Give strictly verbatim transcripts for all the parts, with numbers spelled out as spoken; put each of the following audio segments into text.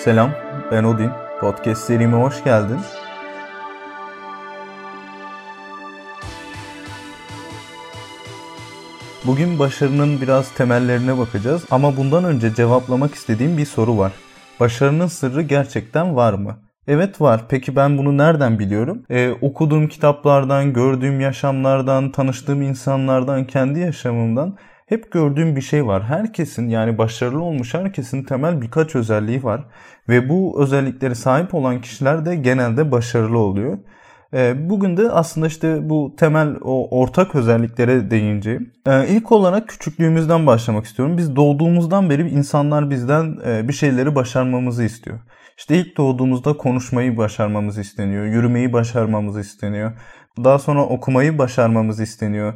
Selam, ben Odin. Podcast serime hoş geldin. Bugün başarının biraz temellerine bakacağız ama bundan önce cevaplamak istediğim bir soru var. Başarının sırrı gerçekten var mı? Evet var. Peki ben bunu nereden biliyorum? Ee, okuduğum kitaplardan, gördüğüm yaşamlardan, tanıştığım insanlardan, kendi yaşamımdan hep gördüğüm bir şey var. Herkesin, yani başarılı olmuş herkesin temel birkaç özelliği var. Ve bu özellikleri sahip olan kişiler de genelde başarılı oluyor. Bugün de aslında işte bu temel o ortak özelliklere değineceğim. İlk olarak küçüklüğümüzden başlamak istiyorum. Biz doğduğumuzdan beri insanlar bizden bir şeyleri başarmamızı istiyor. İşte ilk doğduğumuzda konuşmayı başarmamız isteniyor, yürümeyi başarmamız isteniyor. Daha sonra okumayı başarmamız isteniyor,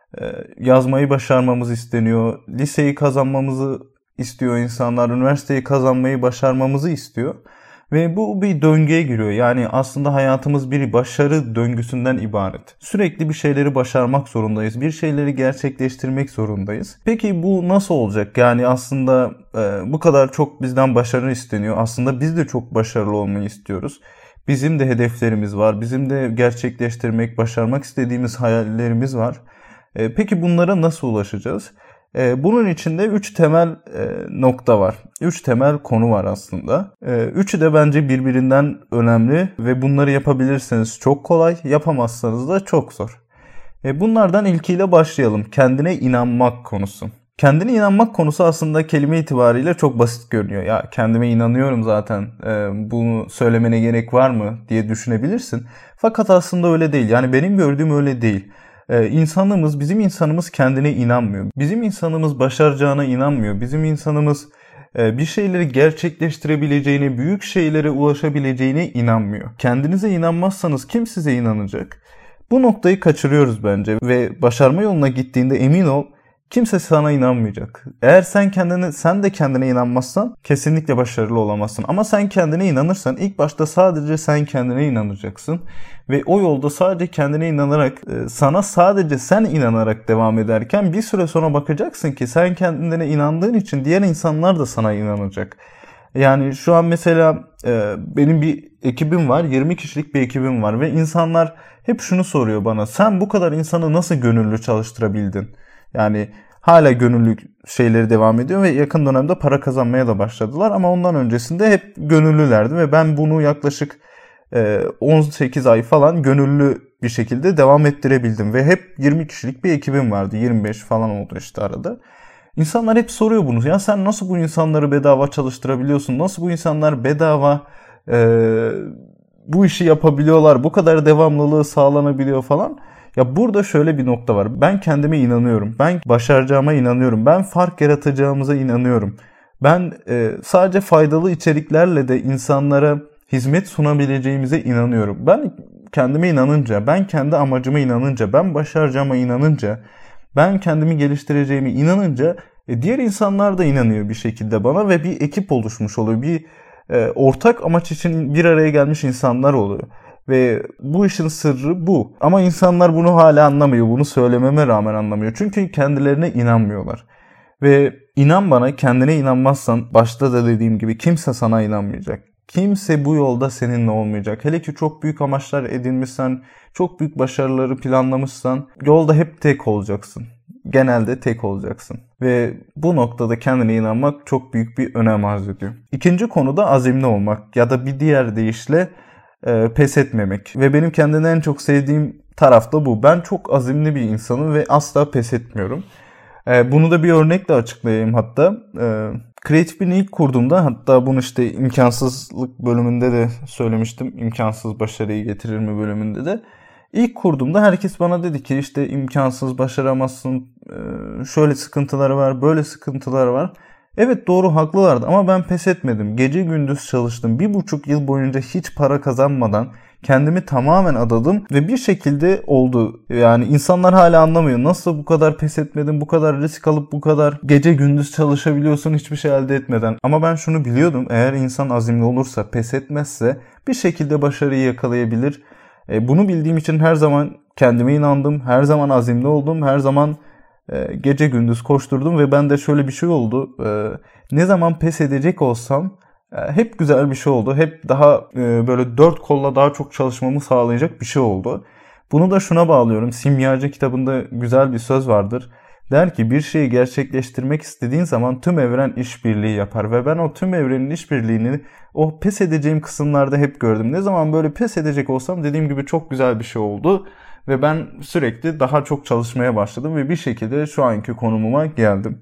yazmayı başarmamız isteniyor, liseyi kazanmamızı istiyor insanlar, üniversiteyi kazanmayı başarmamızı istiyor. Ve bu bir döngüye giriyor. Yani aslında hayatımız bir başarı döngüsünden ibaret. Sürekli bir şeyleri başarmak zorundayız. Bir şeyleri gerçekleştirmek zorundayız. Peki bu nasıl olacak? Yani aslında e, bu kadar çok bizden başarı isteniyor. Aslında biz de çok başarılı olmayı istiyoruz. Bizim de hedeflerimiz var. Bizim de gerçekleştirmek, başarmak istediğimiz hayallerimiz var. E, peki bunlara nasıl ulaşacağız? Bunun içinde üç temel nokta var. Üç temel konu var aslında. Üçü de bence birbirinden önemli ve bunları yapabilirseniz çok kolay, yapamazsanız da çok zor. Bunlardan ilkiyle başlayalım. Kendine inanmak konusu. Kendine inanmak konusu aslında kelime itibariyle çok basit görünüyor. Ya kendime inanıyorum zaten, bunu söylemene gerek var mı diye düşünebilirsin. Fakat aslında öyle değil. Yani benim gördüğüm öyle değil. Ee, insanımız, bizim insanımız kendine inanmıyor. Bizim insanımız başaracağına inanmıyor. Bizim insanımız e, bir şeyleri gerçekleştirebileceğine, büyük şeylere ulaşabileceğine inanmıyor. Kendinize inanmazsanız kim size inanacak? Bu noktayı kaçırıyoruz bence ve başarma yoluna gittiğinde emin ol, kimse sana inanmayacak. Eğer sen kendine, sen de kendine inanmazsan kesinlikle başarılı olamazsın. Ama sen kendine inanırsan ilk başta sadece sen kendine inanacaksın. Ve o yolda sadece kendine inanarak, sana sadece sen inanarak devam ederken bir süre sonra bakacaksın ki sen kendine inandığın için diğer insanlar da sana inanacak. Yani şu an mesela benim bir ekibim var, yirmi kişilik bir ekibim var ve insanlar hep şunu soruyor bana: sen bu kadar insanı nasıl gönüllü çalıştırabildin? Yani hala gönüllü şeyleri devam ediyor ve yakın dönemde para kazanmaya da başladılar ama ondan öncesinde hep gönüllülerdi ve ben bunu yaklaşık on sekiz ay falan gönüllü bir şekilde devam ettirebildim ve hep yirmi kişilik bir ekibim vardı. yirmi beş falan oldu işte arada. İnsanlar hep soruyor bunu. Ya sen nasıl bu insanları bedava çalıştırabiliyorsun? Nasıl bu insanlar bedava e, bu işi yapabiliyorlar? Bu kadar devamlılığı sağlanabiliyor falan. Ya burada şöyle bir nokta var. Ben kendime inanıyorum. Ben başaracağıma inanıyorum. Ben fark yaratacağımıza inanıyorum. Ben e, sadece faydalı içeriklerle de insanlara hizmet sunabileceğimize inanıyorum. Ben kendime inanınca, ben kendi amacıma inanınca, ben başaracağıma inanınca, ben kendimi geliştireceğime inanınca e, diğer insanlar da inanıyor bir şekilde bana ve bir ekip oluşmuş oluyor. Bir e, ortak amaç için bir araya gelmiş insanlar oluyor. Ve bu işin sırrı bu. Ama insanlar bunu hala anlamıyor. Bunu söylememe rağmen anlamıyor. Çünkü kendilerine inanmıyorlar. Ve inan bana, kendine inanmazsan başta da dediğim gibi kimse sana inanmayacak. Kimse bu yolda seninle olmayacak. Hele ki çok büyük amaçlar edinmişsen, çok büyük başarıları planlamışsan yolda hep tek olacaksın. Genelde tek olacaksın. Ve bu noktada kendine inanmak çok büyük bir önem arz ediyor. İkinci konu da azimli olmak ya da bir diğer deyişle pes etmemek. Ve benim kendimden en çok sevdiğim taraf da bu. Ben çok azimli bir insanım ve asla pes etmiyorum. Bunu da bir örnekle açıklayayım hatta. Kreatif Bir'ini ilk kurduğumda, hatta bunu işte imkansızlık bölümünde de söylemiştim. İmkansız başarıyı getirir mi bölümünde de. İlk kurduğumda herkes bana dedi ki işte imkansız, başaramazsın, şöyle sıkıntıları var, böyle sıkıntıları var. Evet, doğru, haklılardı ama ben pes etmedim. Gece gündüz çalıştım. Bir buçuk yıl boyunca hiç para kazanmadan kendimi tamamen adadım ve bir şekilde oldu. Yani insanlar hala anlamıyor. Nasıl bu kadar pes etmedin, bu kadar risk alıp bu kadar gece gündüz çalışabiliyorsun hiçbir şey elde etmeden. Ama ben şunu biliyordum: eğer insan azimli olursa, pes etmezse bir şekilde başarıyı yakalayabilir. E, bunu bildiğim için her zaman kendime inandım. Her zaman azimli oldum. Her zaman e, gece gündüz koşturdum ve ben de şöyle bir şey oldu. E, ne zaman pes edecek olsam hep güzel bir şey oldu. Hep daha böyle dört kolla daha çok çalışmamı sağlayacak bir şey oldu. Bunu da şuna bağlıyorum. Simyacı kitabında güzel bir söz vardır. Der ki bir şeyi gerçekleştirmek istediğin zaman tüm evren işbirliği yapar. Ve ben o tüm evrenin işbirliğini o pes edeceğim kısımlarda hep gördüm. Ne zaman böyle pes edecek olsam dediğim gibi çok güzel bir şey oldu. Ve ben sürekli daha çok çalışmaya başladım ve bir şekilde şu anki konumuma geldim.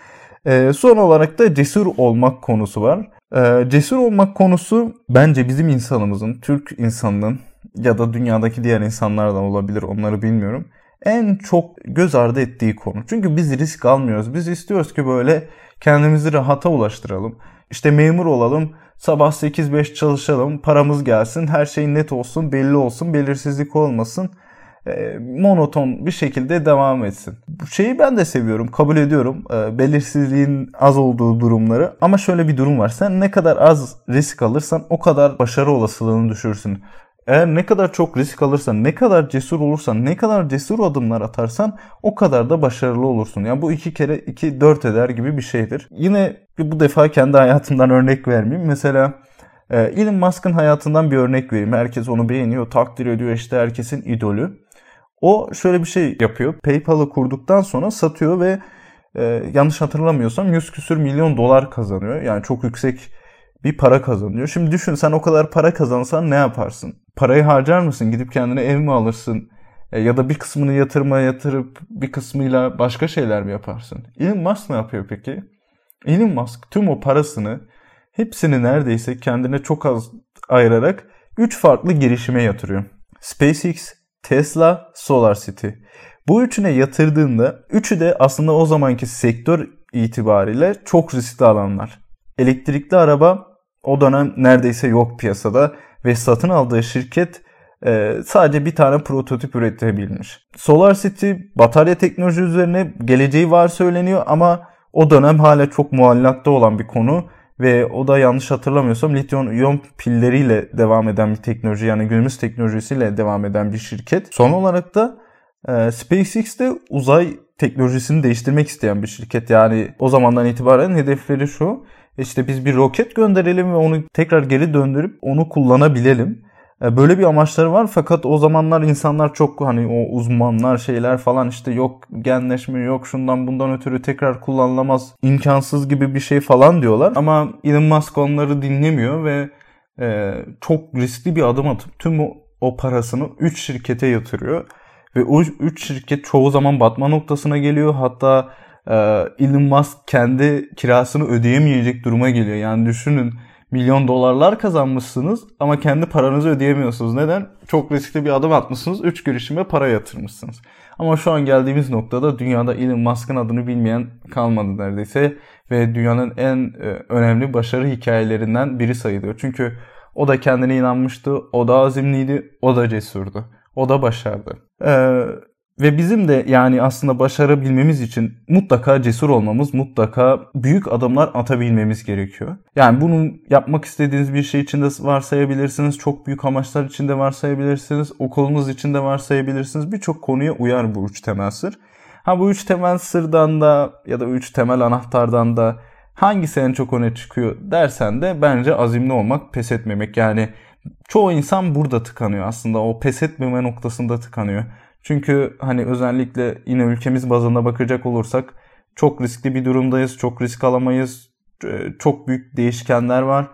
Ee, son olarak da cesur olmak konusu var. Ee, cesur olmak konusu bence bizim insanımızın, Türk insanının ya da dünyadaki diğer insanlardan olabilir, onları bilmiyorum, en çok göz ardı ettiği konu. Çünkü biz risk almıyoruz. Biz istiyoruz ki böyle kendimizi rahata ulaştıralım. İşte memur olalım, sabah sekiz beş çalışalım, paramız gelsin, her şey net olsun, belli olsun, belirsizlik olmasın. E, monoton bir şekilde devam etsin. Bu şeyi ben de seviyorum, kabul ediyorum. E, belirsizliğin az olduğu durumları. Ama şöyle bir durum var. Sen ne kadar az risk alırsan o kadar başarı olasılığını düşürürsün. Eğer ne kadar çok risk alırsan, ne kadar cesur olursan, ne kadar cesur adımlar atarsan o kadar da başarılı olursun. Yani bu iki kere iki dört eder gibi bir şeydir. Yine bu defa kendi hayatımdan örnek vermeyeyim. Mesela e, Elon Musk'ın hayatından bir örnek vereyim. Herkes onu beğeniyor, takdir ediyor, işte herkesin idolü. O şöyle bir şey yapıyor. PayPal'ı kurduktan sonra satıyor ve e, yanlış hatırlamıyorsam yüz küsür milyon dolar kazanıyor. Yani çok yüksek bir para kazanıyor. Şimdi düşün, sen o kadar para kazansan ne yaparsın? Parayı harcar mısın? Gidip kendine ev mi alırsın? E, ya da bir kısmını yatırmaya yatırıp bir kısmıyla başka şeyler mi yaparsın? Elon Musk ne yapıyor peki? Elon Musk tüm o parasını, hepsini neredeyse kendine çok az ayırarak üç farklı girişime yatırıyor. SpaceX, Tesla, SolarCity. Bu üçüne yatırdığında üçü de aslında o zamanki sektör itibariyle çok riskli alanlar. Elektrikli araba o dönem neredeyse yok piyasada ve satın aldığı şirket e, sadece bir tane prototip üretebilmiş. SolarCity batarya teknoloji üzerine geleceği var söyleniyor ama o dönem hala çok muallakta olan bir konu. Ve o da yanlış hatırlamıyorsam lityum iyon pilleriyle devam eden bir teknoloji, yani günümüz teknolojisiyle devam eden bir şirket. Son olarak da e, SpaceX de uzay teknolojisini değiştirmek isteyen bir şirket. Yani o zamandan itibaren hedefleri şu: işte biz bir roket gönderelim ve onu tekrar geri döndürüp onu kullanabilelim. E, böyle bir amaçları var fakat o zamanlar insanlar çok, hani o uzmanlar şeyler falan, işte yok genleşme, yok şundan bundan ötürü tekrar kullanılamaz, imkansız gibi bir şey falan diyorlar. Ama Elon Musk onları dinlemiyor ve e, çok riskli bir adım atıp tüm o, o parasını üç şirkete yatırıyor. Ve o üç şirket çoğu zaman batma noktasına geliyor. Hatta e, Elon Musk kendi kirasını ödeyemeyecek duruma geliyor. Yani düşünün, milyon dolarlar kazanmışsınız ama kendi paranızı ödeyemiyorsunuz. Neden? Çok riskli bir adım atmışsınız. üç girişime para yatırmışsınız. Ama şu an geldiğimiz noktada dünyada Elon Musk'ın adını bilmeyen kalmadı neredeyse. Ve dünyanın en önemli başarı hikayelerinden biri sayılıyor. Çünkü o da kendine inanmıştı. O da azimliydi. O da cesurdu. O da başardı. Ee, Ve bizim de yani aslında başarabilmemiz için mutlaka cesur olmamız, mutlaka büyük adımlar atabilmemiz gerekiyor. Yani bunu yapmak istediğiniz bir şey için de varsayabilirsiniz, çok büyük amaçlar için de varsayabilirsiniz, okulunuz için de varsayabilirsiniz. Birçok konuya uyar bu üç temel sır. Ha bu üç temel sırdan da ya da üç temel anahtardan da hangisi en çok öne çıkıyor dersen de bence azimli olmak, pes etmemek. Yani çoğu insan burada tıkanıyor aslında, o pes etmeme noktasında tıkanıyor. Çünkü hani özellikle yine ülkemiz bazında bakacak olursak çok riskli bir durumdayız, çok risk alamayız, çok büyük değişkenler var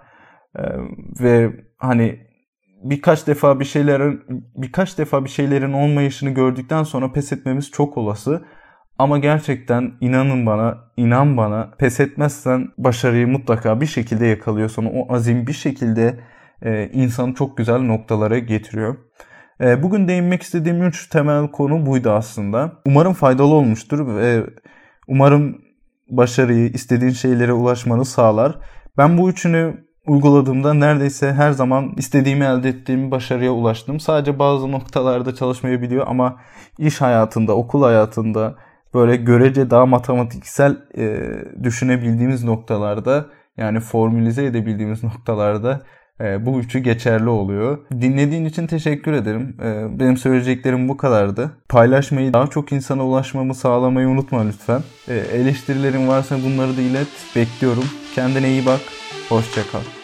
ve hani birkaç defa bir şeylerin birkaç defa bir şeylerin olmayışını gördükten sonra pes etmemiz çok olası. Ama gerçekten inanın bana, inan bana, pes etmezsen başarıyı mutlaka bir şekilde yakalıyorsun. O azim bir şekilde e, insanı çok güzel noktalara getiriyor. E, bugün değinmek istediğim üç temel konu buydu aslında. Umarım faydalı olmuştur ve umarım başarıyı, istediğin şeylere ulaşmanı sağlar. Ben bu üçünü uyguladığımda neredeyse her zaman istediğimi elde ettiğim başarıya ulaştım. Sadece bazı noktalarda çalışmayabiliyor ama iş hayatında, okul hayatında böyle görece daha matematiksel e, düşünebildiğimiz noktalarda, yani formülize edebildiğimiz noktalarda e, bu üçü geçerli oluyor. Dinlediğin için teşekkür ederim. E, benim söyleyeceklerim bu kadardı. Paylaşmayı, daha çok insana ulaşmamı sağlamayı unutma lütfen. E, eleştirilerin varsa bunları da ilet. Bekliyorum. Kendine iyi bak. Hoşça kal.